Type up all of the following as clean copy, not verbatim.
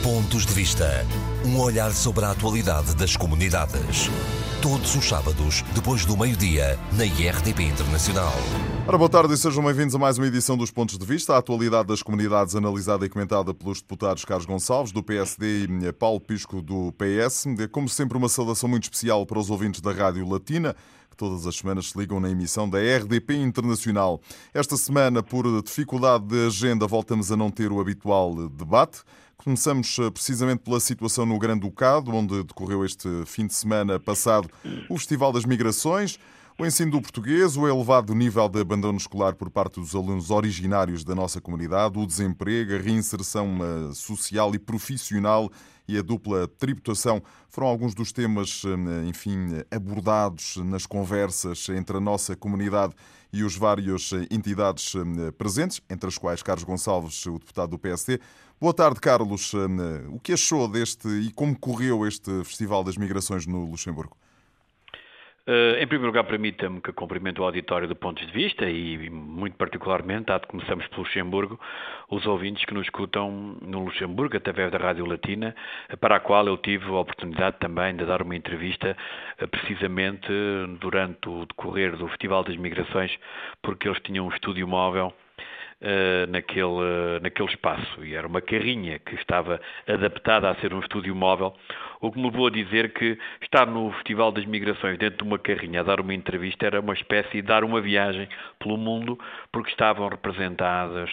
Pontos de Vista. Um olhar sobre a atualidade das comunidades. Todos os sábados, depois do meio-dia, na IRTP Internacional. Ora, boa tarde e sejam bem-vindos a mais uma edição dos Pontos de Vista. A atualidade das comunidades analisada e comentada pelos deputados Carlos Gonçalves, do PSD, e Paulo Pisco, do PS. Como sempre, uma saudação muito especial para os ouvintes da Rádio Latina, que todas as semanas se ligam na emissão da RDP Internacional. Esta semana, por dificuldade de agenda, voltamos a não ter o habitual debate. Começamos precisamente pela situação no Grande Ducado, onde decorreu este fim de semana passado o Festival das Migrações, o ensino do português, o elevado nível de abandono escolar por parte dos alunos originários da nossa comunidade, o desemprego, a reinserção social e profissional e a dupla tributação foram alguns dos temas, abordados nas conversas entre a nossa comunidade e os várias entidades presentes, entre as quais Carlos Gonçalves, o deputado do PSD. Boa tarde, Carlos. O que achou deste e como correu este Festival das Migrações no Luxemburgo? Em primeiro lugar, permita-me que cumprimento o auditório do Pontos de Vista e, muito particularmente, dado que começamos pelo Luxemburgo, os ouvintes que nos escutam no Luxemburgo, através da Rádio Latina, para a qual eu tive a oportunidade também de dar uma entrevista precisamente durante o decorrer do Festival das Migrações, porque eles tinham um estúdio móvel naquele espaço, e era uma carrinha que estava adaptada a ser um estúdio móvel, o que me levou a dizer que estar no Festival das Migrações dentro de uma carrinha a dar uma entrevista era uma espécie de dar uma viagem pelo mundo, porque estavam representadas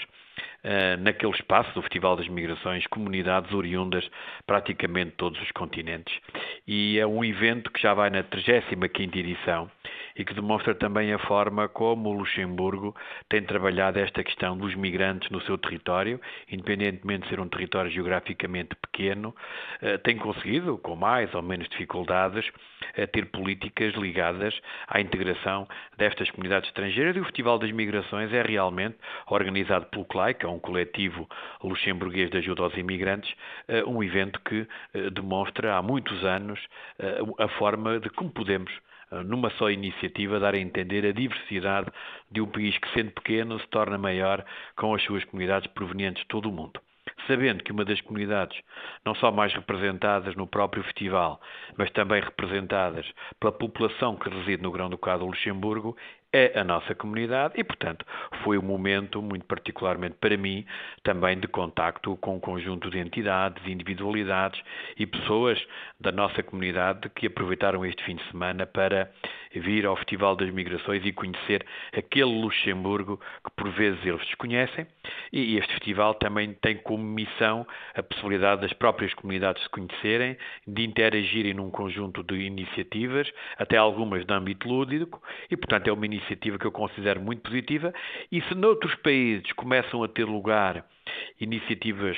naquele espaço do Festival das Migrações comunidades oriundas praticamente de todos os continentes, e é um evento que já vai na 35ª edição e que demonstra também a forma como o Luxemburgo tem trabalhado esta questão dos migrantes no seu território, independentemente de ser um território geograficamente pequeno, tem conseguido, com mais ou menos dificuldades, ter políticas ligadas à integração destas comunidades estrangeiras, e o Festival das Migrações é realmente organizado pelo CLAI, que é um coletivo luxemburguês de ajuda aos imigrantes, um evento que demonstra há muitos anos a forma de como podemos, numa só iniciativa, dar a entender a diversidade de um país que, sendo pequeno, se torna maior com as suas comunidades provenientes de todo o mundo. Sabendo que uma das comunidades, não só mais representadas no próprio festival, mas também representadas pela população que reside no Grão-Ducado do Luxemburgo, é a nossa comunidade e, portanto, foi um momento, muito particularmente para mim, também de contacto com um conjunto de entidades, individualidades e pessoas da nossa comunidade que aproveitaram este fim de semana para vir ao Festival das Migrações e conhecer aquele Luxemburgo que por vezes eles desconhecem, e este festival também tem como missão a possibilidade das próprias comunidades se conhecerem, de interagirem num conjunto de iniciativas, até algumas de âmbito lúdico, e portanto é uma iniciativa que eu considero muito positiva, e se noutros países começam a ter lugar iniciativas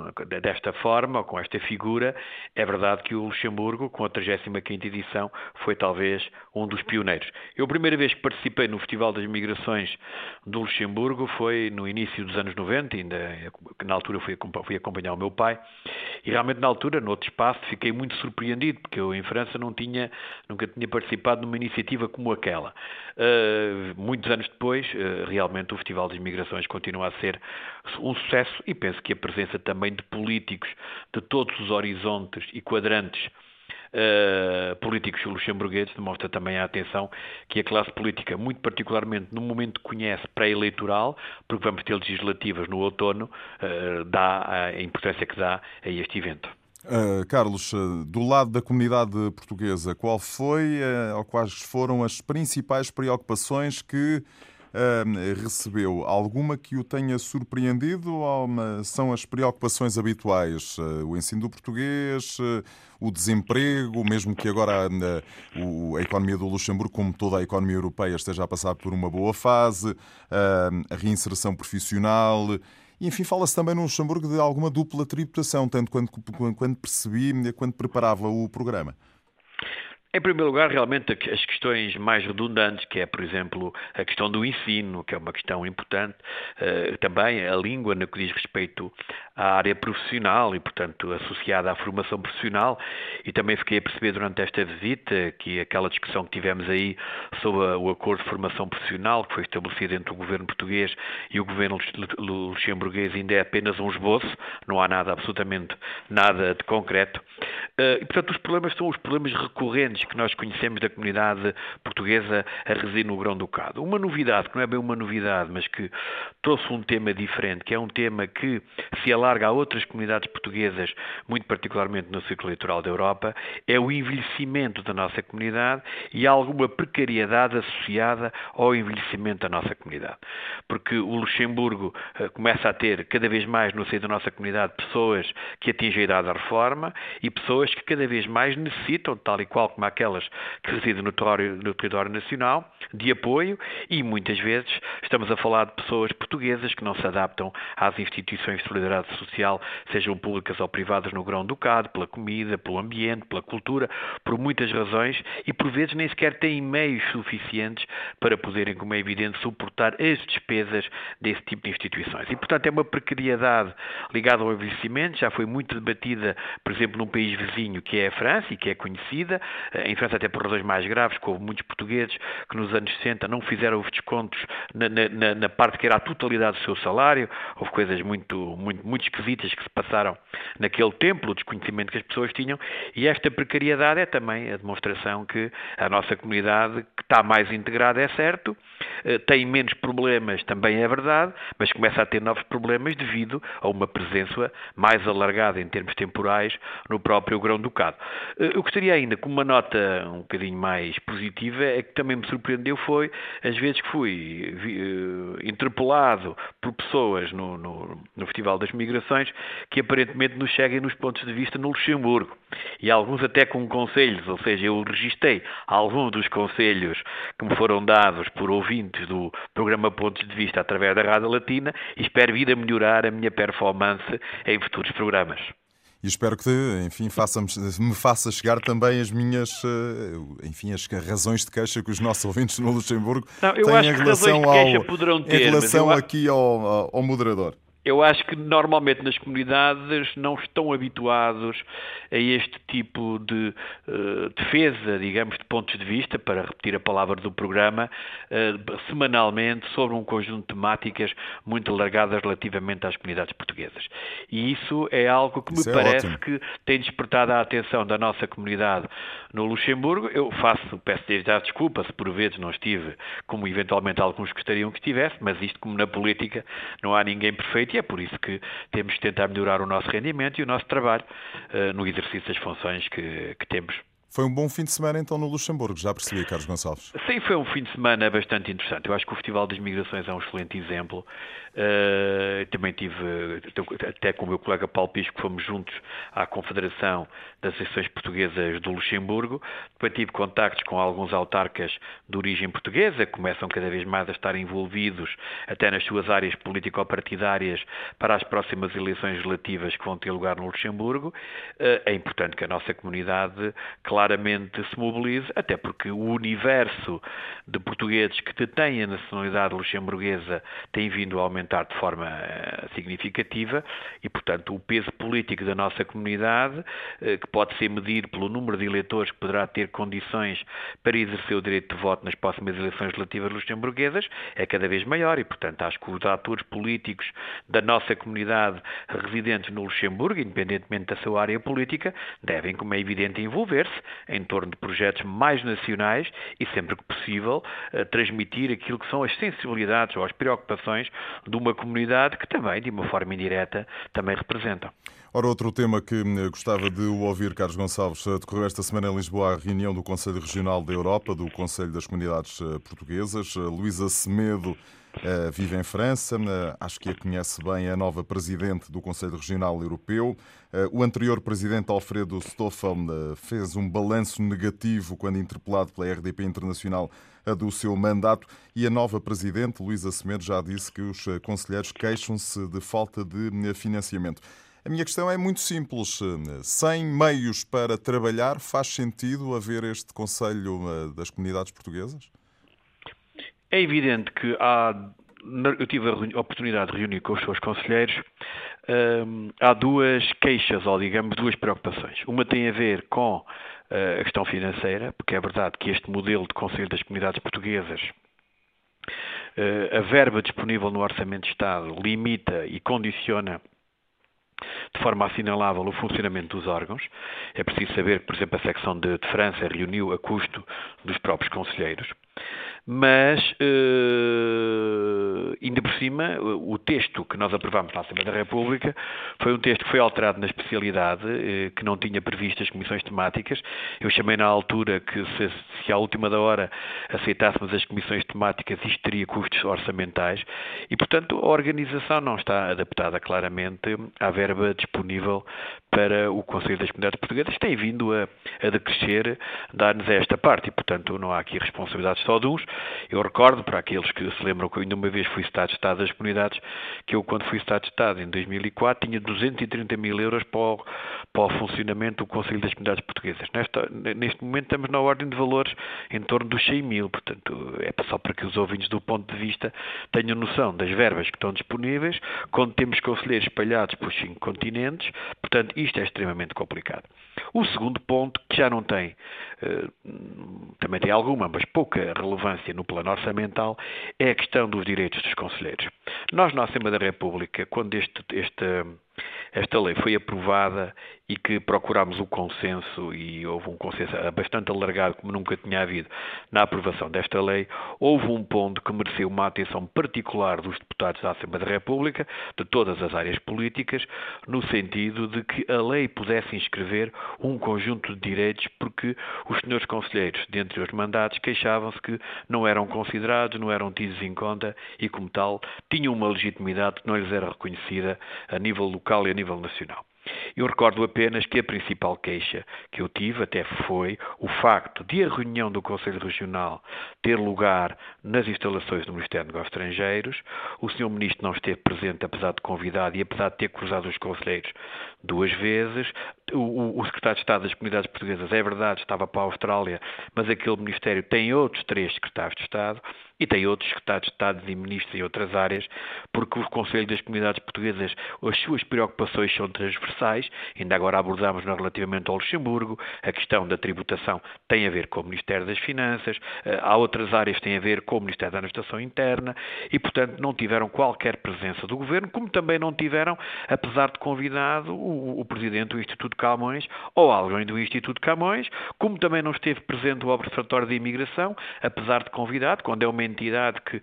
desta forma, ou com esta figura, é verdade que o Luxemburgo, com a 35ª edição, foi talvez um dos pioneiros. Eu, a primeira vez que participei no Festival das Migrações do Luxemburgo foi no início dos anos 90, na altura fui acompanhar o meu pai, e realmente na altura, noutro espaço, fiquei muito surpreendido, porque eu em França nunca tinha participado numa iniciativa como aquela. Muitos anos depois, realmente o Festival das Migrações continua a ser um sucesso, e penso que a presença também de políticos de todos os horizontes e quadrantes políticos luxemburgueses demonstra também a atenção que a classe política, muito particularmente no momento que conhece pré-eleitoral, porque vamos ter legislativas no outono, dá a importância que dá a este evento. Carlos, do lado da comunidade portuguesa, quais foram as principais preocupações que recebeu? Alguma que o tenha surpreendido ou são as preocupações habituais? O ensino do português, o desemprego, mesmo que agora a economia do Luxemburgo, como toda a economia europeia, esteja a passar por uma boa fase, a reinserção profissional. E, enfim, fala-se também no Luxemburgo de alguma dupla tributação, tanto quando percebi, quando preparava o programa. Em primeiro lugar, realmente as questões mais redundantes, que é, por exemplo, a questão do ensino, que é uma questão importante, também a língua no que diz respeito à área profissional e, portanto, associada à formação profissional, e também fiquei a perceber durante esta visita que aquela discussão que tivemos aí sobre o acordo de formação profissional que foi estabelecido entre o governo português e o governo luxemburguês ainda é apenas um esboço, não há nada, absolutamente nada de concreto. E, portanto, os problemas são os problemas recorrentes que nós conhecemos da comunidade portuguesa a residir no Grão-Ducado. Uma novidade, que não é bem uma novidade, mas que trouxe um tema diferente, que é um tema que se alarga a outras comunidades portuguesas, muito particularmente no círculo eleitoral da Europa, é o envelhecimento da nossa comunidade e alguma precariedade associada ao envelhecimento da nossa comunidade. Porque o Luxemburgo começa a ter cada vez mais no seio da nossa comunidade pessoas que atingem a idade da reforma e pessoas que cada vez mais necessitam, tal e qual como aquelas que residem no território nacional, de apoio, e muitas vezes estamos a falar de pessoas portuguesas que não se adaptam às instituições de solidariedade social, sejam públicas ou privadas no Grão-Ducado, pela comida, pelo ambiente, pela cultura, por muitas razões, e por vezes nem sequer têm meios suficientes para poderem, como é evidente, suportar as despesas desse tipo de instituições. E, portanto, é uma precariedade ligada ao envelhecimento, já foi muito debatida, por exemplo, num país vizinho que é a França e que é conhecida, em França até por razões mais graves, que houve muitos portugueses que nos anos 60 não fizeram os descontos na parte que era a totalidade do seu salário, houve coisas muito esquisitas que se passaram naquele tempo, o desconhecimento que as pessoas tinham, e esta precariedade é também a demonstração que a nossa comunidade, que está mais integrada, é certo, tem menos problemas, também é verdade, mas começa a ter novos problemas devido a uma presença mais alargada em termos temporais no próprio Grão-Ducado. Eu gostaria ainda, com uma nota um bocadinho mais positiva, é que também me surpreendeu foi as vezes que fui interpelado por pessoas no Festival das Migrações que aparentemente nos seguem nos pontos de vista no Luxemburgo. E alguns até com conselhos, ou seja, eu registrei alguns dos conselhos que me foram dados por ouvintes do programa Pontos de Vista através da Rádio Latina e espero vir a melhorar a minha performance em futuros programas. E espero que, enfim, me faça chegar também as minhas, enfim, as razões de queixa que os nossos ouvintes no Luxemburgo têm em relação aqui ao moderador. Eu acho que normalmente nas comunidades não estão habituados a este tipo de defesa, digamos, de pontos de vista, para repetir a palavra do programa, semanalmente sobre um conjunto de temáticas muito alargadas relativamente às comunidades portuguesas. E isso é algo que me parece que tem despertado a atenção da nossa comunidade no Luxemburgo. Eu peço desde já desculpa se por vezes não estive como eventualmente alguns gostariam que estivesse, mas isto, como na política, não há ninguém perfeito e é por isso que temos de tentar melhorar o nosso rendimento e o nosso trabalho no exercício das funções que temos. Foi um bom fim de semana então no Luxemburgo, já percebi, Carlos Gonçalves. Sim, foi um fim de semana bastante interessante. Eu acho que o Festival das Migrações é um excelente exemplo. Também tive, até com o meu colega Paulo Pisco, fomos juntos à Confederação das Associações Portuguesas do Luxemburgo. Depois tive contactos com alguns autarcas de origem portuguesa, que começam cada vez mais a estar envolvidos até nas suas áreas político-partidárias para as próximas eleições legislativas que vão ter lugar no Luxemburgo. É importante que a nossa comunidade claramente se mobilize, até porque o universo de portugueses que detêm a nacionalidade luxemburguesa tem vindo a aumentar de forma significativa e, portanto, o peso político da nossa comunidade, que pode ser medido pelo número de eleitores que poderá ter condições para exercer o direito de voto nas próximas eleições legislativas luxemburguesas, é cada vez maior e, portanto, acho que os atores políticos da nossa comunidade residentes no Luxemburgo, independentemente da sua área política, devem, como é evidente, envolver-se em torno de projetos mais nacionais e, sempre que possível, transmitir aquilo que são as sensibilidades ou as preocupações de uma comunidade que também, de uma forma indireta, também representam. Ora, outro tema que gostava de ouvir, Carlos Gonçalves, decorreu esta semana em Lisboa a reunião do Conselho Regional da Europa, do Conselho das Comunidades Portuguesas. Luísa Semedo vive em França, acho que a conhece bem, a nova presidente do Conselho Regional Europeu. O anterior presidente, Alfredo Stoffel, fez um balanço negativo quando interpelado pela RDP Internacional do seu mandato e a nova presidente, Luísa Semedo, já disse que os conselheiros queixam-se de falta de financiamento. A minha questão é muito simples. Sem meios para trabalhar, faz sentido haver este Conselho das Comunidades Portuguesas? É evidente que eu tive a oportunidade de reunir com os seus conselheiros. Há duas queixas, ou digamos, duas preocupações. Uma tem a ver com a questão financeira, porque é verdade que este modelo de Conselho das Comunidades Portuguesas, a verba disponível no Orçamento de Estado limita e condiciona de forma assinalável o funcionamento dos órgãos. É preciso saber que, por exemplo, a secção de França reuniu a custo dos próprios conselheiros. Mas, ainda por cima, o texto que nós aprovámos na Assembleia da República foi um texto que foi alterado na especialidade, que não tinha previsto as comissões temáticas. Eu chamei na altura que se à última da hora aceitássemos as comissões temáticas, isto teria custos orçamentais e, portanto, a organização não está adaptada claramente à verba disponível para o Conselho das Comunidades Portuguesas, que tem vindo a decrescer, dar-nos esta parte e, portanto, não há aqui responsabilidades só de uns. Eu recordo, para aqueles que se lembram que eu ainda uma vez fui Estado de Estado das Comunidades, que eu, quando fui Estado de Estado em 2004, tinha 230 mil euros para o funcionamento do Conselho das Comunidades Portuguesas. Neste momento estamos na ordem de valores em torno dos 100 mil, portanto, é só para que os ouvintes do ponto de vista tenham noção das verbas que estão disponíveis, quando temos conselheiros espalhados por 5 continentes, portanto, isto é extremamente complicado. O segundo ponto, que já não tem, também tem alguma, mas pouca relevância no plano orçamental, é a questão dos direitos dos conselheiros. Nós, na Assembleia da República, quando esta lei foi aprovada e que procurámos o consenso, e houve um consenso bastante alargado, como nunca tinha havido na aprovação desta lei, houve um ponto que mereceu uma atenção particular dos deputados da Assembleia da República, de todas as áreas políticas, no sentido de que a lei pudesse inscrever um conjunto de direitos, porque os senhores conselheiros, dentre os mandatos, queixavam-se que não eram considerados, não eram tidos em conta e, como tal, tinham uma legitimidade que não lhes era reconhecida a nível local e a nível nacional. Eu recordo apenas que a principal queixa que eu tive até foi o facto de a reunião do Conselho Regional ter lugar nas instalações do Ministério dos Negócios Estrangeiros. O Sr. Ministro não esteve presente, apesar de convidado e apesar de ter cruzado os conselheiros 2 vezes. O Secretário de Estado das Comunidades Portuguesas, é verdade, estava para a Austrália, mas aquele Ministério tem outros 3 secretários de Estado e tem outros secretários de Estado e ministros em outras áreas, porque o Conselho das Comunidades Portuguesas, as suas preocupações são transversais. Ainda agora abordámos relativamente ao Luxemburgo, a questão da tributação tem a ver com o Ministério das Finanças, há outras áreas que têm a ver com o Ministério da Administração Interna e, portanto, não tiveram qualquer presença do Governo, como também não tiveram, apesar de convidado, o Presidente do Instituto Camões ou alguém do Instituto Camões, como também não esteve presente o Observatório da Imigração, apesar de convidado, quando é uma entidade que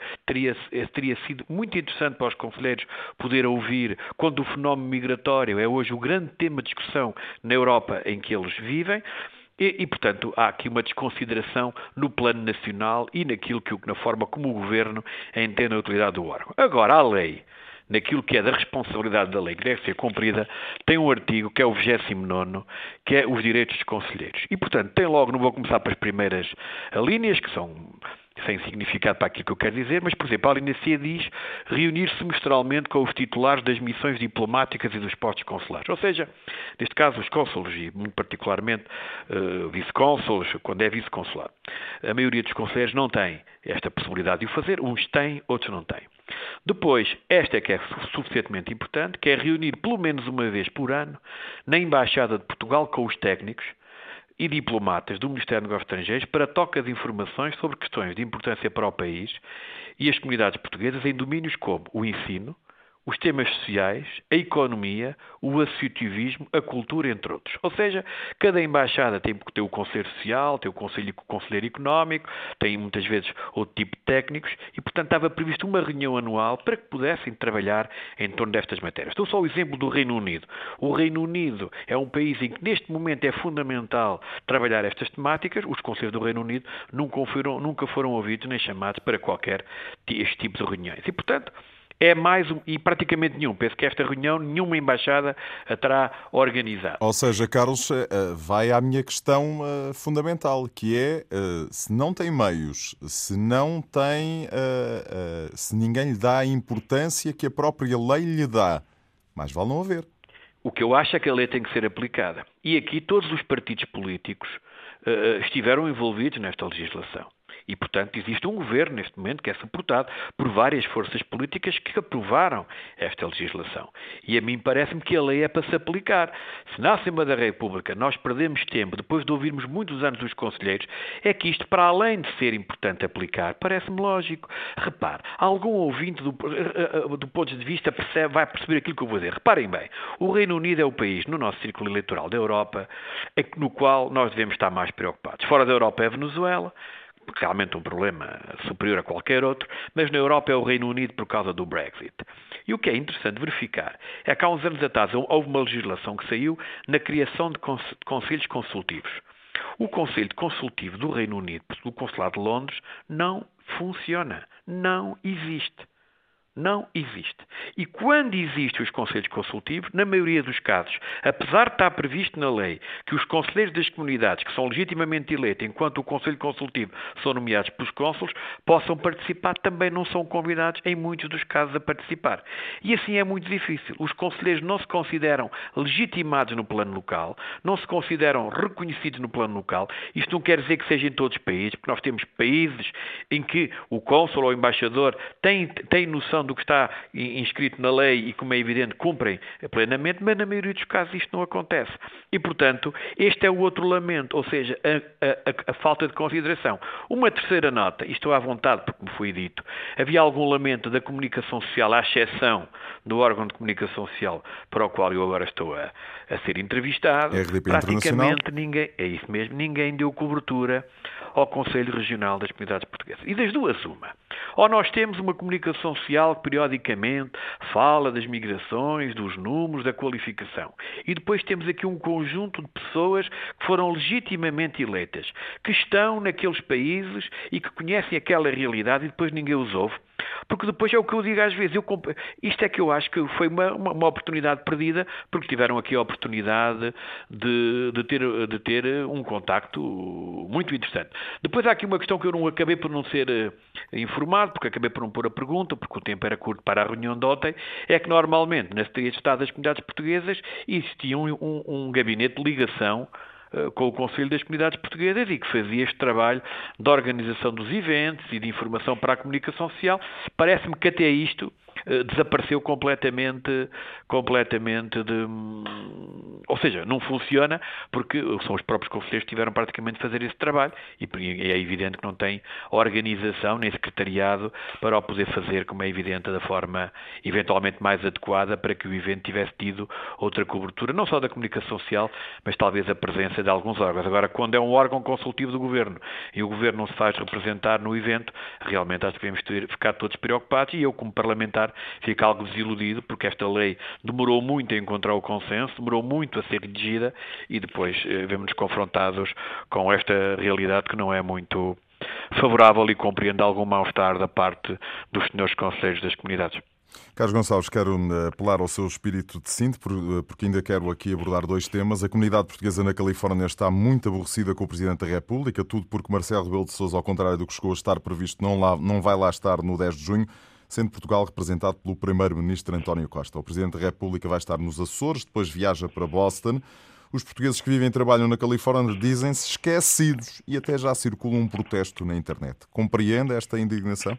teria sido muito interessante para os conselheiros poder ouvir, quando o fenómeno migratório é hoje o grande tema de discussão na Europa em que eles vivem. E, portanto, há aqui uma desconsideração no plano nacional e na forma como o Governo entende a utilidade do órgão. Agora, a lei, naquilo que é da responsabilidade da lei que deve ser cumprida, tem um artigo que é o 29º, que é os direitos dos conselheiros. E, portanto, tem logo, não vou começar pelas primeiras linhas, que são sem significado para aquilo que eu quero dizer, mas, por exemplo, a linha C diz reunir-se semestralmente com os titulares das missões diplomáticas e dos postos consulares. Ou seja, neste caso, os cônsules e, muito particularmente, vice-cônsules, quando é vice-consulado. A maioria dos conselheiros não tem esta possibilidade de o fazer, uns têm, outros não têm. Depois, esta é que é suficientemente importante, que é reunir pelo menos uma vez por ano na Embaixada de Portugal com os técnicos e diplomatas do Ministério dos Negócios Estrangeiros para troca de informações sobre questões de importância para o país e as comunidades portuguesas em domínios como o ensino, os temas sociais, a economia, o associativismo, a cultura, entre outros. Ou seja, cada embaixada tem o Conselho Social, tem o Conselheiro Económico, tem muitas vezes outro tipo de técnicos e, portanto, estava previsto uma reunião anual para que pudessem trabalhar em torno destas matérias. Estou só o exemplo do Reino Unido. O Reino Unido é um país em que, neste momento, é fundamental trabalhar estas temáticas. Os conselhos do Reino Unido nunca foram ouvidos nem chamados para qualquer este tipo de reuniões. E, portanto, é mais e praticamente nenhum. Penso que esta reunião nenhuma embaixada a terá organizado. Ou seja, Carlos, vai à minha questão fundamental, que é se não tem meios, se não tem, se ninguém lhe dá a importância que a própria lei lhe dá, mais vale não haver. O que eu acho é que a lei tem que ser aplicada. E aqui todos os partidos políticos estiveram envolvidos nesta legislação. E, portanto, existe um governo neste momento que é suportado por várias forças políticas que aprovaram esta legislação. E a mim parece-me que a lei é para se aplicar. Se na Assembleia da República nós perdemos tempo, depois de ouvirmos muitos anos dos conselheiros, é que isto, para além de ser importante aplicar, parece-me lógico. Repare, algum ouvinte do ponto de vista vai perceber aquilo que eu vou dizer. Reparem bem, o Reino Unido é o país, no nosso círculo eleitoral da Europa, no qual nós devemos estar mais preocupados. Fora da Europa é a Venezuela, realmente um problema superior a qualquer outro, mas na Europa é o Reino Unido por causa do Brexit. E o que é interessante verificar é que há uns anos atrás houve uma legislação que saiu na criação de conselhos consultivos. O Conselho Consultivo do Reino Unido, do Consulado de Londres, não funciona, não existe. Não existe. E quando existem os conselhos consultivos, na maioria dos casos, apesar de estar previsto na lei que os conselheiros das comunidades, que são legitimamente eleitos, enquanto o conselho consultivo são nomeados pelos cônsules, possam participar, também não são convidados, em muitos dos casos, a participar. E assim é muito difícil. Os conselheiros não se consideram legitimados no plano local, não se consideram reconhecidos no plano local. Isto não quer dizer que seja em todos os países, porque nós temos países em que o cônsul ou o embaixador tem noção do que está inscrito na lei e, como é evidente, cumprem plenamente, mas na maioria dos casos isto não acontece. E, portanto, este é o outro lamento, ou seja, a falta de consideração. Uma terceira nota, e estou à vontade porque me foi dito, havia algum lamento da comunicação social, à exceção do órgão de comunicação social para o qual eu agora estou a ser entrevistado. RDP praticamente ninguém, é isso mesmo, ninguém deu cobertura ao Conselho Regional das Comunidades Portuguesas. E das duas, uma. Ou nós temos uma comunicação social que periodicamente fala das migrações, dos números, da qualificação. E depois temos aqui um conjunto de pessoas que foram legitimamente eleitas, que estão naqueles países e que conhecem aquela realidade e depois ninguém os ouve. Porque depois é o que eu digo às vezes, isto é que eu acho que foi uma oportunidade perdida, porque tiveram aqui a oportunidade de ter um contacto muito interessante. Depois há aqui uma questão que eu não acabei por não ser informado, porque acabei por não pôr a pergunta, porque o tempo era curto para a reunião de ontem, é que normalmente na Secretaria de Estado das Comunidades Portuguesas existia um gabinete de ligação com o Conselho das Comunidades Portuguesas e que fazia este trabalho de organização dos eventos e de informação para a comunicação social. Parece-me que até isto desapareceu completamente ou seja, não funciona porque são os próprios conselheiros que tiveram praticamente de fazer esse trabalho e é evidente que não tem organização nem secretariado para o poder fazer, como é evidente, da forma eventualmente mais adequada para que o evento tivesse tido outra cobertura, não só da comunicação social, mas talvez a presença de alguns órgãos. Agora, quando é um órgão consultivo do Governo e o Governo não se faz representar no evento, realmente acho que devemos ficar todos preocupados e eu, como parlamentar, fico algo desiludido porque esta lei demorou muito a encontrar o consenso, demorou muito a ser redigida e depois vemos-nos confrontados com esta realidade que não é muito favorável e compreende algum mal-estar da parte dos senhores conselheiros das comunidades. Carlos Gonçalves, quero apelar ao seu espírito de síntese, porque ainda quero aqui abordar dois temas. A comunidade portuguesa na Califórnia está muito aborrecida com o Presidente da República, tudo porque Marcelo Rebelo de Sousa, ao contrário do que chegou a estar previsto, não vai lá estar no 10 de junho, sendo Portugal representado pelo Primeiro-Ministro António Costa. O Presidente da República vai estar nos Açores, depois viaja para Boston. Os portugueses que vivem e trabalham na Califórnia dizem-se esquecidos e até já circula um protesto na internet. Compreende esta indignação?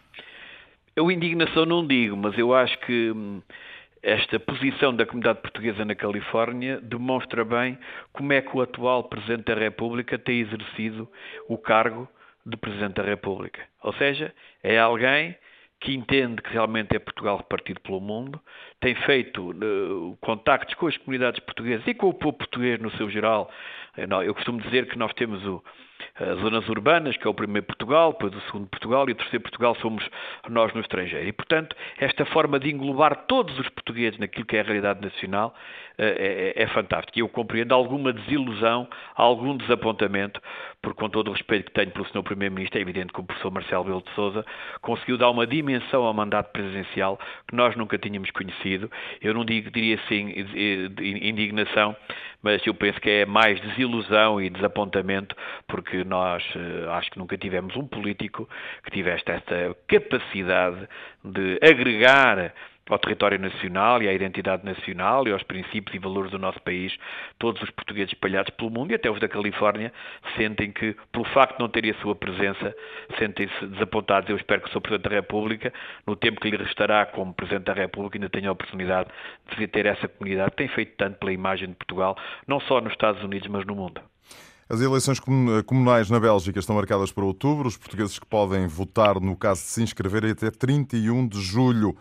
Eu indignação não digo, mas eu acho que esta posição da comunidade portuguesa na Califórnia demonstra bem como é que o atual Presidente da República tem exercido o cargo de Presidente da República. Ou seja, é alguém que entende que realmente é Portugal repartido pelo mundo, tem feito contactos com as comunidades portuguesas e com o povo português no seu geral. Eu costumo dizer que nós temos as zonas urbanas, que é o primeiro Portugal, depois o segundo Portugal e o terceiro Portugal somos nós no estrangeiro. E, portanto, esta forma de englobar todos os portugueses naquilo que é a realidade nacional é fantástica. E eu compreendo alguma desilusão, algum desapontamento, porque com todo o respeito que tenho pelo Sr. Primeiro-Ministro, é evidente que o professor Marcelo Rebelo de Sousa conseguiu dar uma dimensão ao mandato presidencial que nós nunca tínhamos conhecido. Eu não diria assim indignação, mas eu penso que é mais desilusão e desapontamento, porque nós acho que nunca tivemos um político que tivesse esta capacidade de agregar ao território nacional e à identidade nacional e aos princípios e valores do nosso país. Todos os portugueses espalhados pelo mundo e até os da Califórnia sentem que, pelo facto de não terem a sua presença, sentem-se desapontados. Eu espero que o Sr. Presidente da República, no tempo que lhe restará como Presidente da República, ainda tenha a oportunidade de visitar essa comunidade que tem feito tanto pela imagem de Portugal, não só nos Estados Unidos, mas no mundo. As eleições comunais na Bélgica estão marcadas para outubro. Os portugueses que podem votar, no caso de se inscreverem, até 31 de julho.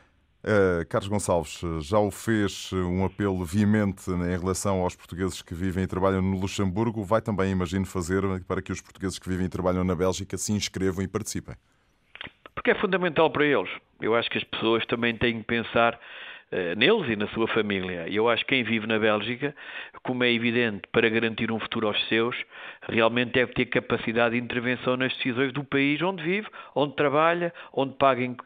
Carlos Gonçalves, já o fez um apelo veemente em relação aos portugueses que vivem e trabalham no Luxemburgo. Vai também, imagino, fazer para que os portugueses que vivem e trabalham na Bélgica se inscrevam e participem. Porque é fundamental para eles. Eu acho que as pessoas também têm que pensar neles e na sua família. Eu acho que quem vive na Bélgica, como é evidente, para garantir um futuro aos seus, realmente deve ter capacidade de intervenção nas decisões do país onde vive, onde trabalha, onde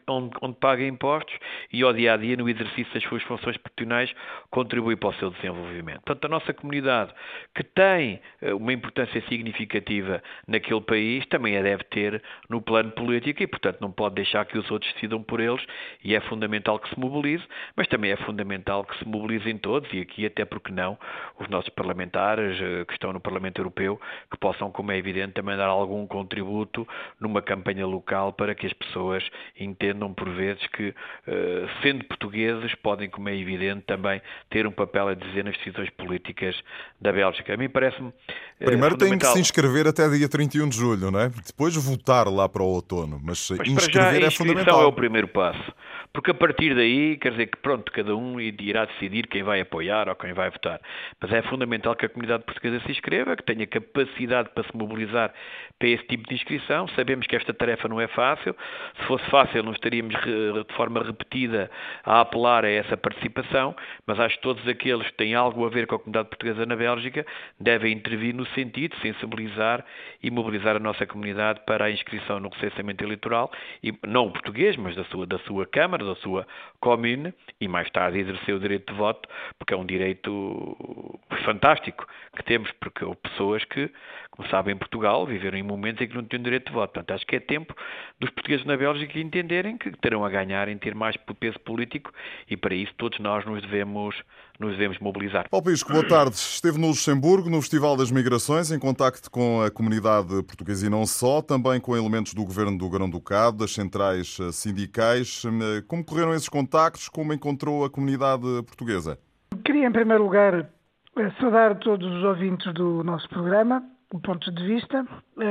paga impostos e ao dia-a-dia, no exercício das suas funções profissionais, contribui para o seu desenvolvimento. Portanto, a nossa comunidade, que tem uma importância significativa naquele país, também a deve ter no plano político e, portanto, não pode deixar que os outros decidam por eles e é fundamental que se mobilize, mas também é fundamental que se mobilizem todos e aqui até porque não os nossos parlamentares que estão no Parlamento Europeu que possam, como é evidente, também dar algum contributo numa campanha local para que as pessoas entendam por vezes que, sendo portugueses, podem, como é evidente, também ter um papel a dizer nas decisões políticas da Bélgica. A mim parece-me primeiro tem que se inscrever até dia 31 de julho, não é? Depois votar lá para o outono, mas inscrever é fundamental. A inscrição é o primeiro passo. Porque a partir daí, quer dizer que pronto, cada um irá decidir quem vai apoiar ou quem vai votar. Mas é fundamental que a comunidade portuguesa se inscreva, que tenha capacidade para se mobilizar para esse tipo de inscrição. Sabemos que esta tarefa não é fácil. Se fosse fácil, não estaríamos de forma repetida a apelar a essa participação, mas acho que todos aqueles que têm algo a ver com a comunidade portuguesa na Bélgica devem intervir no sentido de sensibilizar e mobilizar a nossa comunidade para a inscrição no recenseamento eleitoral, e não o português, mas da sua Câmara, da sua commune, e mais tarde exercer o direito de voto, porque é um direito fantástico que temos, porque houve pessoas que, como sabem, em Portugal viveram em momentos em que não tinham direito de voto. Portanto, acho que é tempo dos portugueses na Bélgica entenderem que terão a ganhar em ter mais peso político e para isso todos nós nos devemos mobilizar. Paulo Pisco, boa tarde. Esteve no Luxemburgo, no Festival das Migrações, em contacto com a comunidade portuguesa e não só, também com elementos do Governo do Grão-Ducado, das centrais sindicais. Como correram esses contactos? Como encontrou a comunidade portuguesa? Queria, em primeiro lugar, saudar todos os ouvintes do nosso programa, pontos de vista,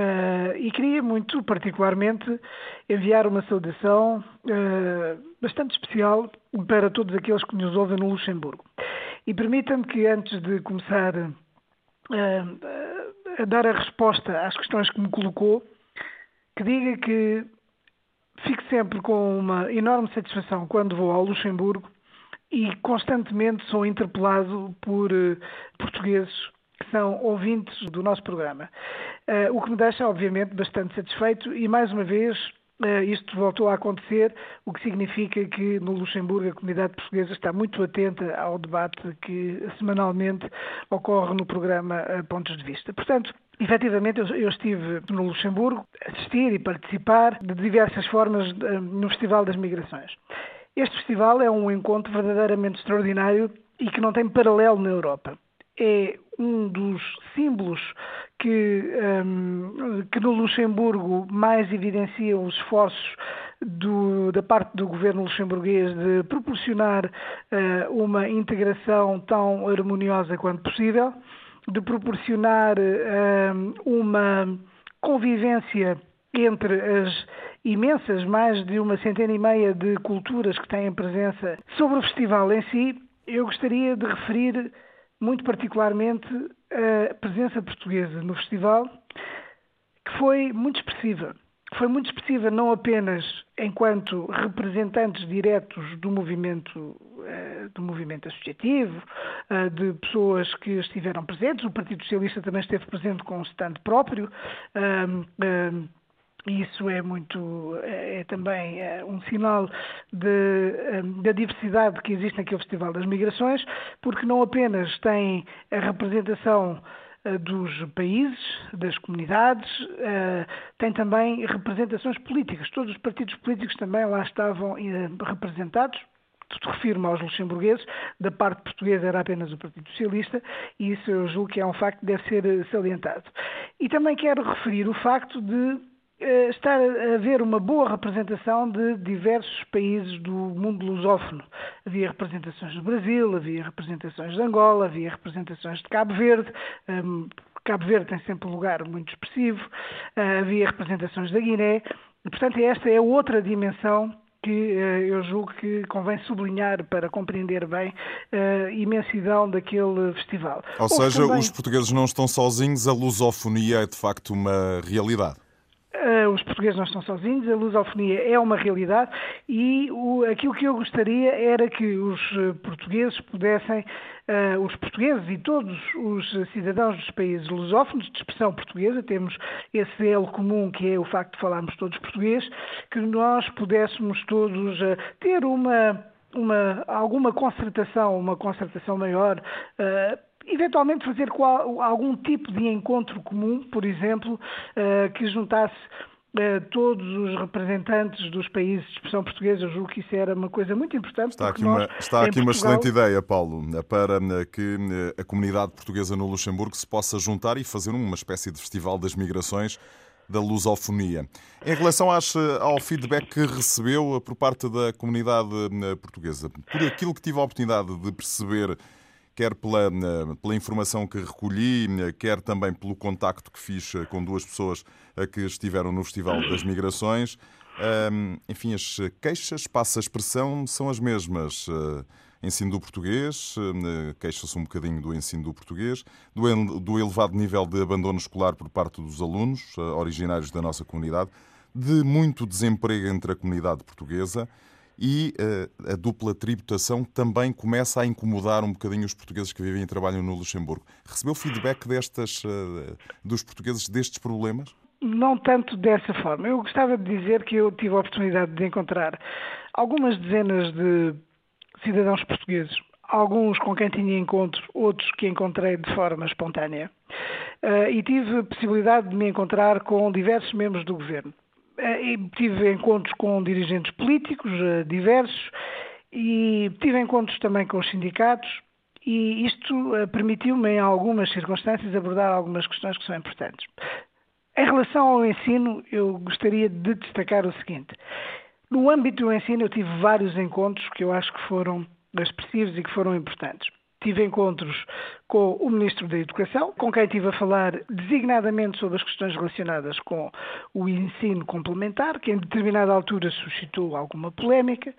e queria muito particularmente enviar uma saudação bastante especial para todos aqueles que nos ouvem no Luxemburgo. E permita-me que antes de começar a dar a resposta às questões que me colocou, que diga que fico sempre com uma enorme satisfação quando vou ao Luxemburgo e constantemente sou interpelado por portugueses que são ouvintes do nosso programa. O que me deixa, obviamente, bastante satisfeito e, mais uma vez, isto voltou a acontecer, o que significa que no Luxemburgo a comunidade portuguesa está muito atenta ao debate que semanalmente ocorre no programa Pontos de Vista. Portanto, efetivamente, eu estive no Luxemburgo a assistir e participar de diversas formas no Festival das Migrações. Este festival é um encontro verdadeiramente extraordinário e que não tem paralelo na Europa. É um dos símbolos que no Luxemburgo mais evidenciam os esforços da parte do governo luxemburguês de proporcionar uma integração tão harmoniosa quanto possível, de proporcionar uma convivência entre as imensas, mais de 150 de culturas que têm presença. Sobre o festival em si, eu gostaria de referir muito particularmente a presença portuguesa no festival, que foi muito expressiva. Foi muito expressiva não apenas enquanto representantes diretos do movimento associativo, de pessoas que estiveram presentes. O Partido Socialista também esteve presente com um stand próprio. Isso é também um sinal da diversidade que existe naquele Festival das Migrações, porque não apenas tem a representação dos países, das comunidades, tem também representações políticas. Todos os partidos políticos também lá estavam representados, refiro-me aos luxemburgueses, da parte portuguesa era apenas o Partido Socialista, e isso eu julgo que é um facto que deve ser salientado. E também quero referir o facto de estar a haver uma boa representação de diversos países do mundo lusófono. Havia representações do Brasil, havia representações de Angola, havia representações de Cabo Verde. Cabo Verde tem sempre um lugar muito expressivo. Havia representações da Guiné. E, portanto, esta é outra dimensão que eu julgo que convém sublinhar para compreender bem a imensidão daquele festival. Ou seja, os portugueses não estão sozinhos, a lusofonia é de facto uma realidade. Os portugueses não estão sozinhos, a lusofonia é uma realidade e aquilo que eu gostaria era que os portugueses pudessem, os portugueses e todos os cidadãos dos países lusófonos de expressão portuguesa, temos esse elo comum que é o facto de falarmos todos português, que nós pudéssemos todos ter alguma concertação, uma concertação maior, eventualmente fazer algum tipo de encontro comum, por exemplo, que juntasse todos os representantes dos países de expressão portuguesa. Eu julgo que isso era uma coisa muito importante. Está aqui uma excelente ideia, Paulo, para que a comunidade portuguesa no Luxemburgo se possa juntar e fazer uma espécie de festival das migrações da lusofonia. Em relação ao feedback que recebeu por parte da comunidade portuguesa, por aquilo que tive a oportunidade de perceber, quer pela informação que recolhi, quer também pelo contacto que fiz com duas pessoas que estiveram no Festival das Migrações. Enfim, as queixas, passa a expressão, são as mesmas. Ensino do português, queixa-se um bocadinho do ensino do português, do elevado nível de abandono escolar por parte dos alunos originários da nossa comunidade, de muito desemprego entre a comunidade portuguesa, e a dupla tributação também começa a incomodar um bocadinho os portugueses que vivem e trabalham no Luxemburgo. Recebeu feedback dos portugueses destes problemas? Não tanto dessa forma. Eu gostava de dizer que eu tive a oportunidade de encontrar algumas dezenas de cidadãos portugueses, alguns com quem tinha encontro, outros que encontrei de forma espontânea, e tive a possibilidade de me encontrar com diversos membros do governo. E tive encontros com dirigentes políticos diversos e tive encontros também com os sindicatos, e isto permitiu-me, em algumas circunstâncias, abordar algumas questões que são importantes. Em relação ao ensino, eu gostaria de destacar o seguinte. No âmbito do ensino, eu tive vários encontros que eu acho que foram expressivos e que foram importantes. Tive encontros com o Ministro da Educação, com quem estive a falar designadamente sobre as questões relacionadas com o ensino complementar, que em determinada altura suscitou alguma polémica.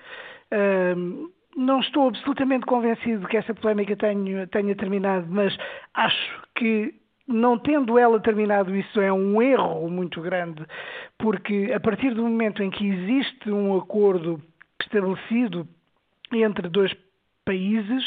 Não estou absolutamente convencido de que essa polémica tenha terminado, mas acho que, não tendo ela terminado, isso é um erro muito grande, porque a partir do momento em que existe um acordo estabelecido entre dois países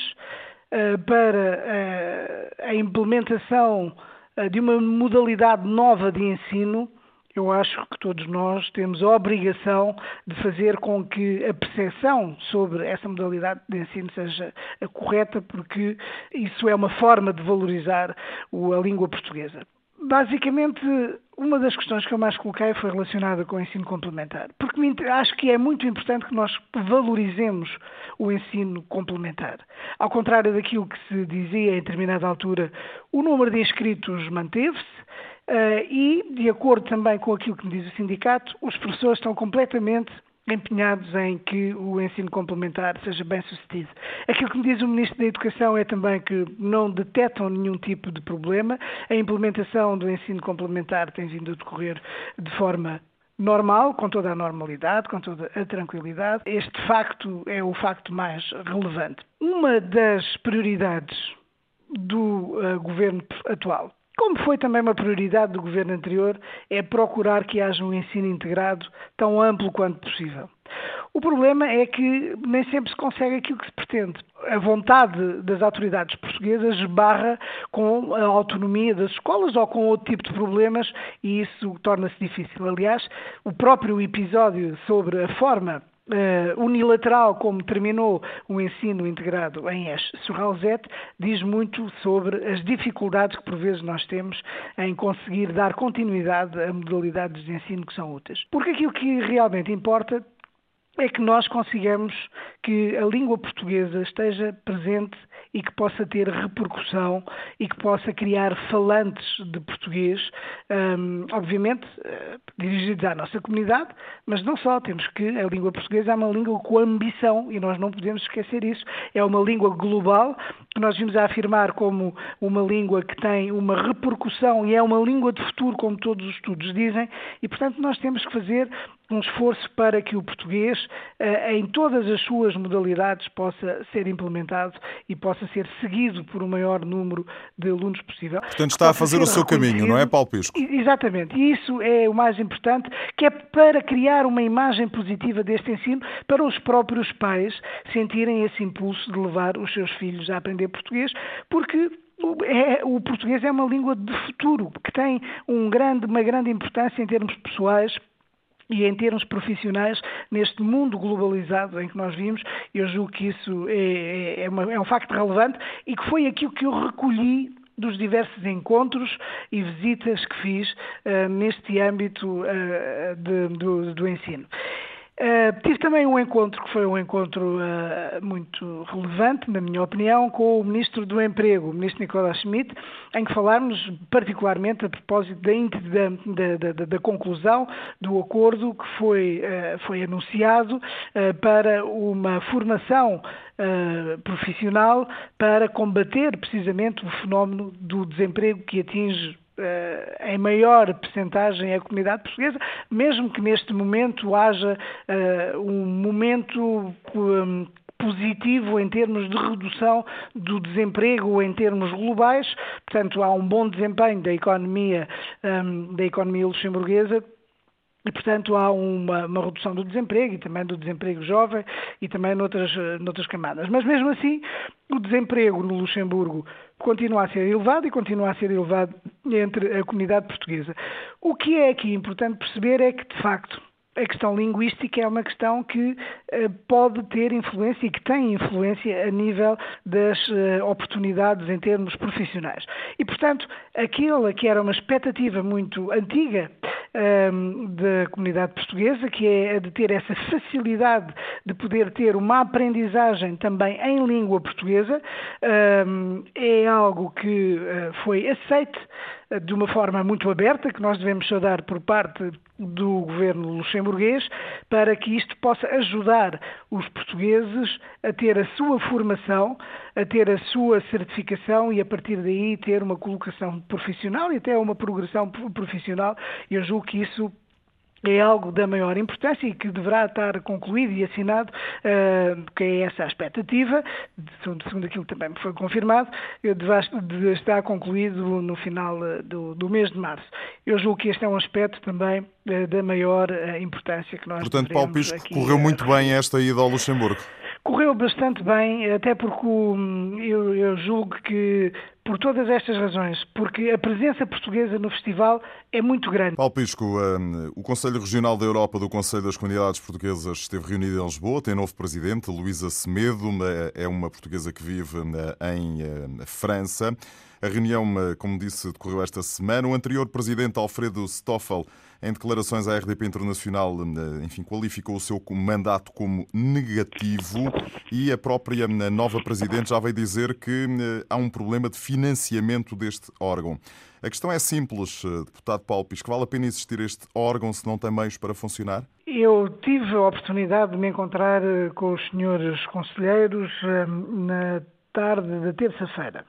para a implementação de uma modalidade nova de ensino, eu acho que todos nós temos a obrigação de fazer com que a percepção sobre essa modalidade de ensino seja a correta, porque isso é uma forma de valorizar a língua portuguesa. Basicamente, uma das questões que eu mais coloquei foi relacionada com o ensino complementar, porque acho que é muito importante que nós valorizemos o ensino complementar. Ao contrário daquilo que se dizia em determinada altura, o número de inscritos manteve-se, e, de acordo também com aquilo que me diz o sindicato, os professores estão completamente empenhados em que o ensino complementar seja bem sucedido. Aquilo que me diz o Ministro da Educação é também que não detectam nenhum tipo de problema. A implementação do ensino complementar tem vindo a decorrer de forma normal, com toda a normalidade, com toda a tranquilidade. Este facto é o facto mais relevante. Uma das prioridades do governo atual, como foi também uma prioridade do governo anterior, é procurar que haja um ensino integrado tão amplo quanto possível. O problema é que nem sempre se consegue aquilo que se pretende. A vontade das autoridades portuguesas esbarra com a autonomia das escolas ou com outro tipo de problemas, e isso torna-se difícil. Aliás, o próprio episódio sobre a forma unilateral como terminou o ensino integrado em Esch-sur-Alzette diz muito sobre as dificuldades que por vezes nós temos em conseguir dar continuidade a modalidades de ensino que são úteis. Porque aquilo que realmente importa é que nós consigamos que a língua portuguesa esteja presente e que possa ter repercussão e que possa criar falantes de português, obviamente dirigidos à nossa comunidade, mas não só. Temos que a língua portuguesa é uma língua com ambição e nós não podemos esquecer isso. É uma língua global que nós vimos a afirmar como uma língua que tem uma repercussão e é uma língua de futuro, como todos os estudos dizem, e portanto nós temos que fazer um esforço para que o português, em todas as suas modalidades, possa ser implementado e possa ser seguido por um maior número de alunos possível. Portanto, está a fazer o seu caminho, não é, Paulo Pisco? Exatamente. E isso é o mais importante, que é para criar uma imagem positiva deste ensino, para os próprios pais sentirem esse impulso de levar os seus filhos a aprender português, porque o português é uma língua de futuro, que tem uma grande importância em termos pessoais e em termos profissionais, neste mundo globalizado em que nós vivemos. Eu julgo que isso é um facto relevante e que foi aquilo que eu recolhi dos diversos encontros e visitas que fiz neste âmbito do ensino. Tive também um encontro que foi um encontro muito relevante, na minha opinião, com o Ministro do Emprego, o Ministro Nicolas Schmidt, em que falámos particularmente a propósito da conclusão do acordo que foi anunciado para uma formação profissional para combater precisamente o fenómeno do desemprego que atinge em maior percentagem a comunidade portuguesa, mesmo que neste momento haja um momento positivo em termos de redução do desemprego em termos globais. Portanto, há um bom desempenho da economia luxemburguesa. E, portanto, há uma redução do desemprego e também do desemprego jovem e também noutras camadas. Mas, mesmo assim, o desemprego no Luxemburgo continua a ser elevado e continua a ser elevado entre a comunidade portuguesa. O que é aqui importante perceber é que, de facto, a questão linguística é uma questão que pode ter influência e que tem influência a nível das oportunidades em termos profissionais. E, portanto, aquela que era uma expectativa muito antiga da comunidade portuguesa, que é a de ter essa facilidade de poder ter uma aprendizagem também em língua portuguesa, é algo que foi aceite de uma forma muito aberta, que nós devemos saudar por parte do governo luxemburguês, para que isto possa ajudar os portugueses a ter a sua formação, a ter a sua certificação e a partir daí ter uma colocação profissional e até uma progressão profissional. Eu julgo que isso é algo da maior importância e que deverá estar concluído e assinado, que é essa a expectativa, segundo aquilo que também me foi confirmado, de estar concluído no final do mês de março. Eu julgo que este é um aspecto também da maior importância que nós Portanto, Paulo Pisco, correu muito bem esta ida ao Luxemburgo. Correu bastante bem, até porque eu julgo que, por todas estas razões, porque a presença portuguesa no festival é muito grande. Paulo Pisco, o Conselho Regional da Europa do Conselho das Comunidades Portuguesas esteve reunido em Lisboa, tem novo presidente, Luísa Semedo, é uma portuguesa que vive em França. A reunião, como disse, decorreu esta semana. O anterior presidente, Alfredo Stoffel, em declarações à RDP Internacional, qualificou o seu mandato como negativo e a própria nova presidente já veio dizer que há um problema de financiamento deste órgão. A questão é simples, deputado Paulo Pisco, vale a pena existir este órgão se não tem meios para funcionar? Eu tive a oportunidade de me encontrar com os senhores conselheiros na tarde da terça-feira.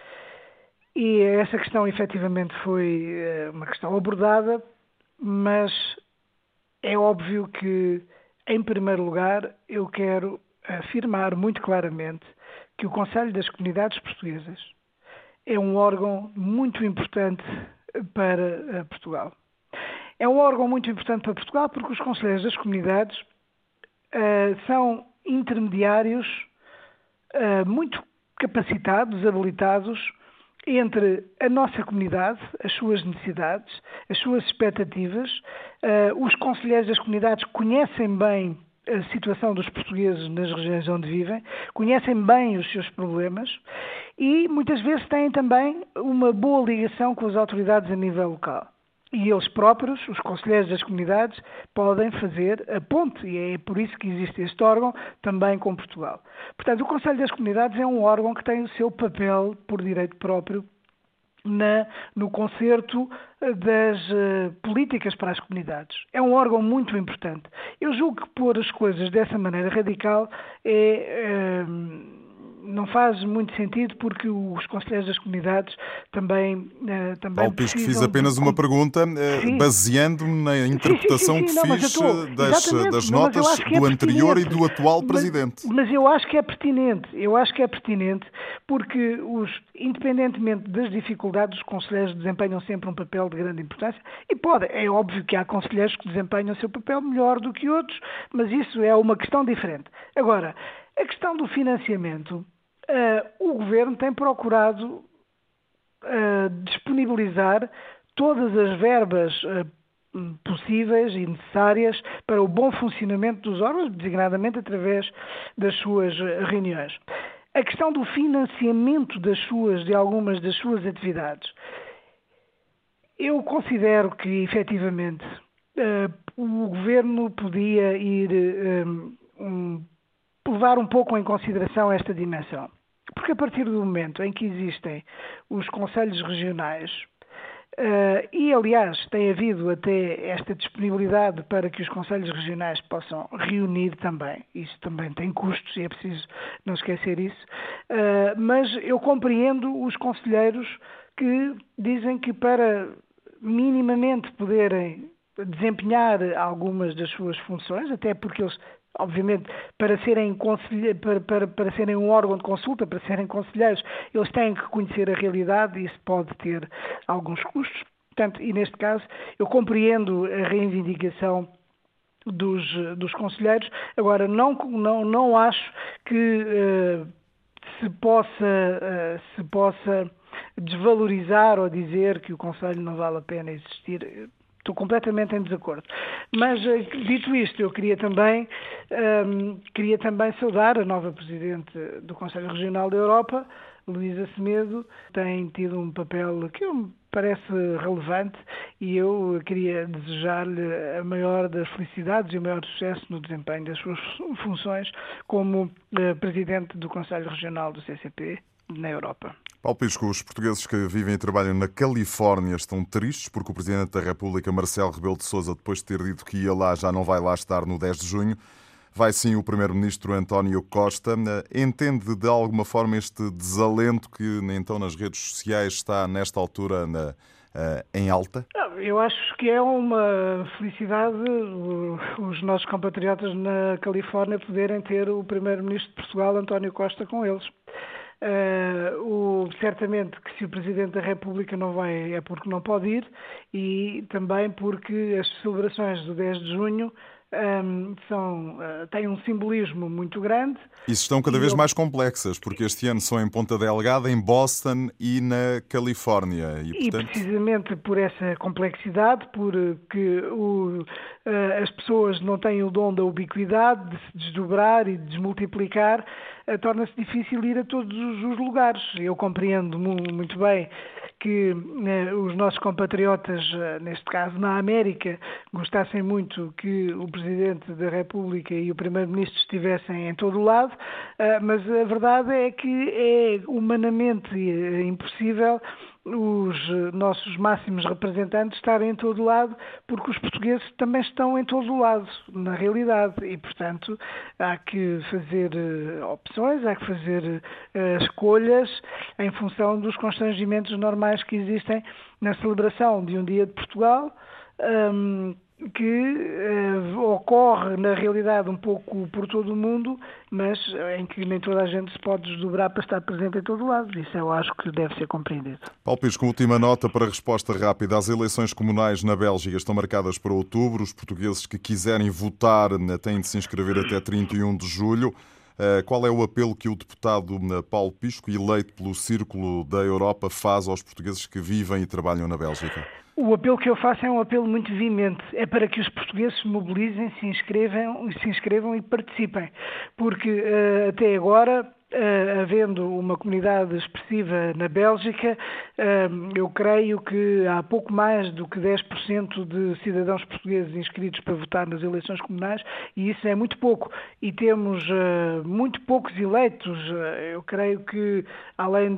E essa questão, efetivamente, foi uma questão abordada, mas é óbvio que, em primeiro lugar, eu quero afirmar muito claramente que o Conselho das Comunidades Portuguesas é um órgão muito importante para Portugal. É um órgão muito importante para Portugal porque os Conselheiros das Comunidades são intermediários muito capacitados, habilitados, entre a nossa comunidade, as suas necessidades, as suas expectativas. Os conselheiros das comunidades conhecem bem a situação dos portugueses nas regiões onde vivem, conhecem bem os seus problemas e muitas vezes têm também uma boa ligação com as autoridades a nível local. E eles próprios, os conselheiros das comunidades, podem fazer a ponte, e é por isso que existe este órgão também com Portugal. Portanto, o Conselho das Comunidades é um órgão que tem o seu papel por direito próprio no concerto das políticas para as comunidades. É um órgão muito importante. Eu julgo que pôr as coisas dessa maneira radical não faz muito sentido, porque os conselheiros das comunidades também Paulo Pisco, fiz apenas uma pergunta baseando-me na interpretação que fiz das notas do anterior e do atual Presidente. Mas eu acho que é pertinente, porque independentemente das dificuldades, os conselheiros desempenham sempre um papel de grande importância e é óbvio que há conselheiros que desempenham o seu papel melhor do que outros, mas isso é uma questão diferente. Agora, a questão do financiamento, o Governo tem procurado disponibilizar todas as verbas possíveis e necessárias para o bom funcionamento dos órgãos, designadamente através das suas reuniões. A questão do financiamento de algumas das suas atividades, eu considero que, efetivamente, o Governo podia levar um pouco em consideração esta dimensão. Porque a partir do momento em que existem os conselhos regionais, e aliás tem havido até esta disponibilidade para que os conselhos regionais possam reunir também, isso também tem custos e é preciso não esquecer isso, mas eu compreendo os conselheiros que dizem que para minimamente poderem desempenhar algumas das suas funções, até porque eles, obviamente, para serem um órgão de consulta, para serem conselheiros, eles têm que conhecer a realidade e isso pode ter alguns custos. Portanto, e neste caso, eu compreendo a reivindicação dos conselheiros. Agora, não acho que se possa desvalorizar ou dizer que o Conselho não vale a pena existir. Estou completamente em desacordo. Mas, dito isto, eu queria também saudar a nova Presidente do Conselho Regional da Europa, Luísa Semedo. Tem tido um papel que me parece relevante e eu queria desejar-lhe a maior das felicidades e o maior sucesso no desempenho das suas funções como Presidente do Conselho Regional do CCP na Europa. Paulo Pisco, os portugueses que vivem e trabalham na Califórnia estão tristes porque o Presidente da República, Marcelo Rebelo de Sousa, depois de ter dito que ia lá, já não vai lá estar no 10 de junho. Vai sim o Primeiro-Ministro António Costa. Entende de alguma forma este desalento que então nas redes sociais está nesta altura em alta? Eu acho que é uma felicidade os nossos compatriotas na Califórnia poderem ter o Primeiro-Ministro de Portugal, António Costa, com eles. Certamente que se o Presidente da República não vai é porque não pode ir e também porque as celebrações do 10 de junho têm um simbolismo muito grande. E estão cada vez mais complexas, porque este ano são em Ponta Delgada, em Boston e na Califórnia. E precisamente por essa complexidade, porque as pessoas não têm o dom da ubiquidade, de se desdobrar e de desmultiplicar, torna-se difícil ir a todos os lugares. Eu compreendo muito bem que os nossos compatriotas, neste caso na América, gostassem muito que o Presidente da República e o Primeiro-Ministro estivessem em todo o lado, mas a verdade é que é humanamente impossível os nossos máximos representantes estarem em todo o lado, porque os portugueses também estão em todo o lado, na realidade, e, portanto, há que fazer opções, há que fazer escolhas em função dos constrangimentos normais que existem na celebração de um dia de Portugal, que ocorre na realidade um pouco por todo o mundo, mas em que nem toda a gente se pode desdobrar para estar presente em todo o lado. Isso eu acho que deve ser compreendido. Paulo Pisco, última nota para resposta rápida. As eleições comunais na Bélgica estão marcadas para outubro. Os portugueses que quiserem votar têm de se inscrever até 31 de julho. Qual é o apelo que o deputado Paulo Pisco, eleito pelo Círculo da Europa, faz aos portugueses que vivem e trabalham na Bélgica? O apelo que eu faço é um apelo muito veemente. É para que os portugueses se mobilizem, se inscrevam e participem. Porque até agora havendo uma comunidade expressiva na Bélgica, eu creio que há pouco mais do que 10% de cidadãos portugueses inscritos para votar nas eleições comunais, e isso é muito pouco. E temos muito poucos eleitos. Eu creio que, além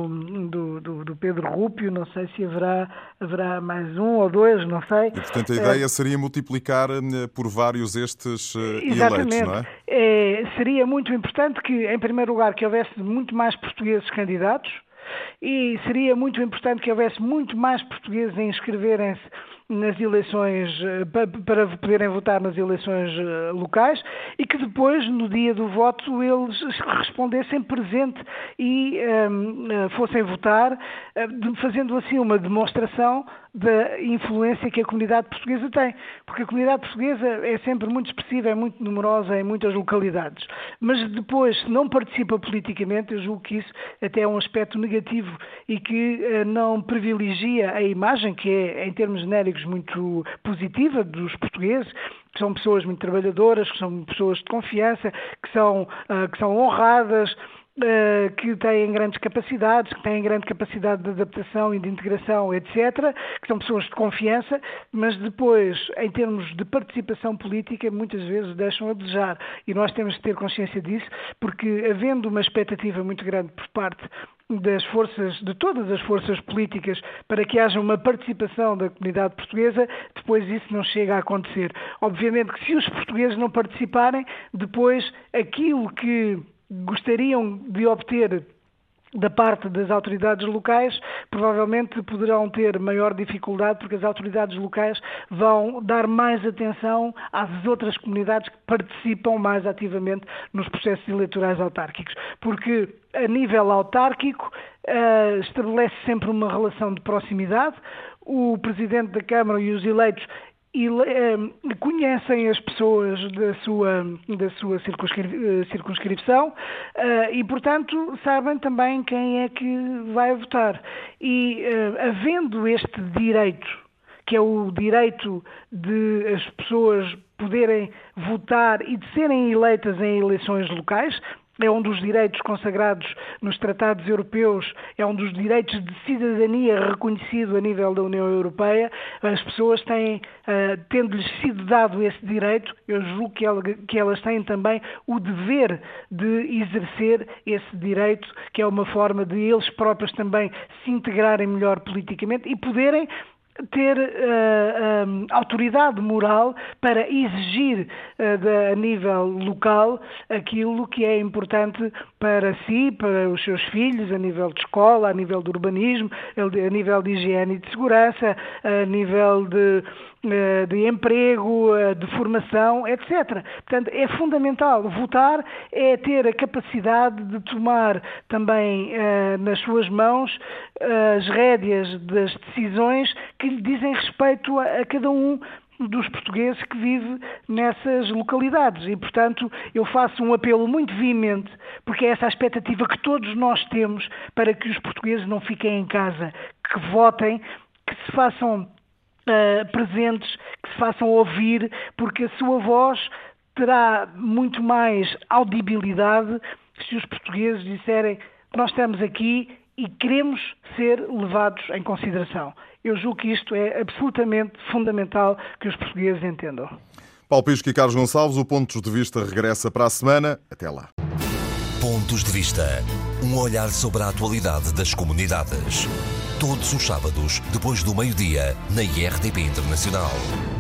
do Pedro Rúpio, não sei se haverá mais um ou dois, não sei. E, portanto, a ideia seria multiplicar por vários estes eleitos, não é? Seria muito importante que, em primeiro lugar, que houvesse muito mais portugueses candidatos, e seria muito importante que houvesse muito mais portugueses a inscreverem-se nas eleições, para poderem votar nas eleições locais, e que depois, no dia do voto, eles respondessem presente e fossem votar, fazendo assim uma demonstração da influência que a comunidade portuguesa tem, porque a comunidade portuguesa é sempre muito expressiva, é muito numerosa em muitas localidades, mas depois, se não participa politicamente, eu julgo que isso até é um aspecto negativo e que não privilegia a imagem, que é, em termos genéricos, muito positiva dos portugueses, que são pessoas muito trabalhadoras, que são pessoas de confiança, que são honradas, que têm grandes capacidades, que têm grande capacidade de adaptação e de integração, etc., que são pessoas de confiança, mas depois, em termos de participação política, muitas vezes deixam a desejar. E nós temos de ter consciência disso, porque havendo uma expectativa muito grande por parte de todas as forças políticas para que haja uma participação da comunidade portuguesa, depois isso não chega a acontecer. Obviamente que se os portugueses não participarem, depois aquilo que gostariam de obter da parte das autoridades locais, provavelmente poderão ter maior dificuldade, porque as autoridades locais vão dar mais atenção às outras comunidades que participam mais ativamente nos processos eleitorais autárquicos. Porque, a nível autárquico, estabelece sempre uma relação de proximidade. O Presidente da Câmara e os eleitos conhecem as pessoas da sua circunscrição e, portanto, sabem também quem é que vai votar. E, havendo este direito, que é o direito de as pessoas poderem votar e de serem eleitas em eleições locais, é um dos direitos consagrados nos tratados europeus, é um dos direitos de cidadania reconhecido a nível da União Europeia. As pessoas têm, tendo-lhes sido dado esse direito, eu julgo que elas têm também o dever de exercer esse direito, que é uma forma de eles próprios também se integrarem melhor politicamente e poderem ter autoridade moral para exigir a nível local aquilo que é importante para si, para os seus filhos, a nível de escola, a nível de urbanismo, a nível de higiene e de segurança, a nível de emprego, de formação, etc. Portanto, é fundamental. Votar é ter a capacidade de tomar também nas suas mãos as rédeas das decisões que lhe dizem respeito a cada um dos portugueses que vive nessas localidades. E, portanto, eu faço um apelo muito veemente, porque é essa a expectativa que todos nós temos para que os portugueses não fiquem em casa, que votem, que se façam presentes, que se façam ouvir, porque a sua voz terá muito mais audibilidade se os portugueses disserem que nós estamos aqui e queremos ser levados em consideração. Eu julgo que isto é absolutamente fundamental que os portugueses entendam. Paulo Pisco e Carlos Gonçalves, o Pontos de Vista regressa para a semana. Até lá. Pontos de Vista. Um olhar sobre a atualidade das comunidades. Todos os sábados, depois do meio-dia, na IRTP Internacional.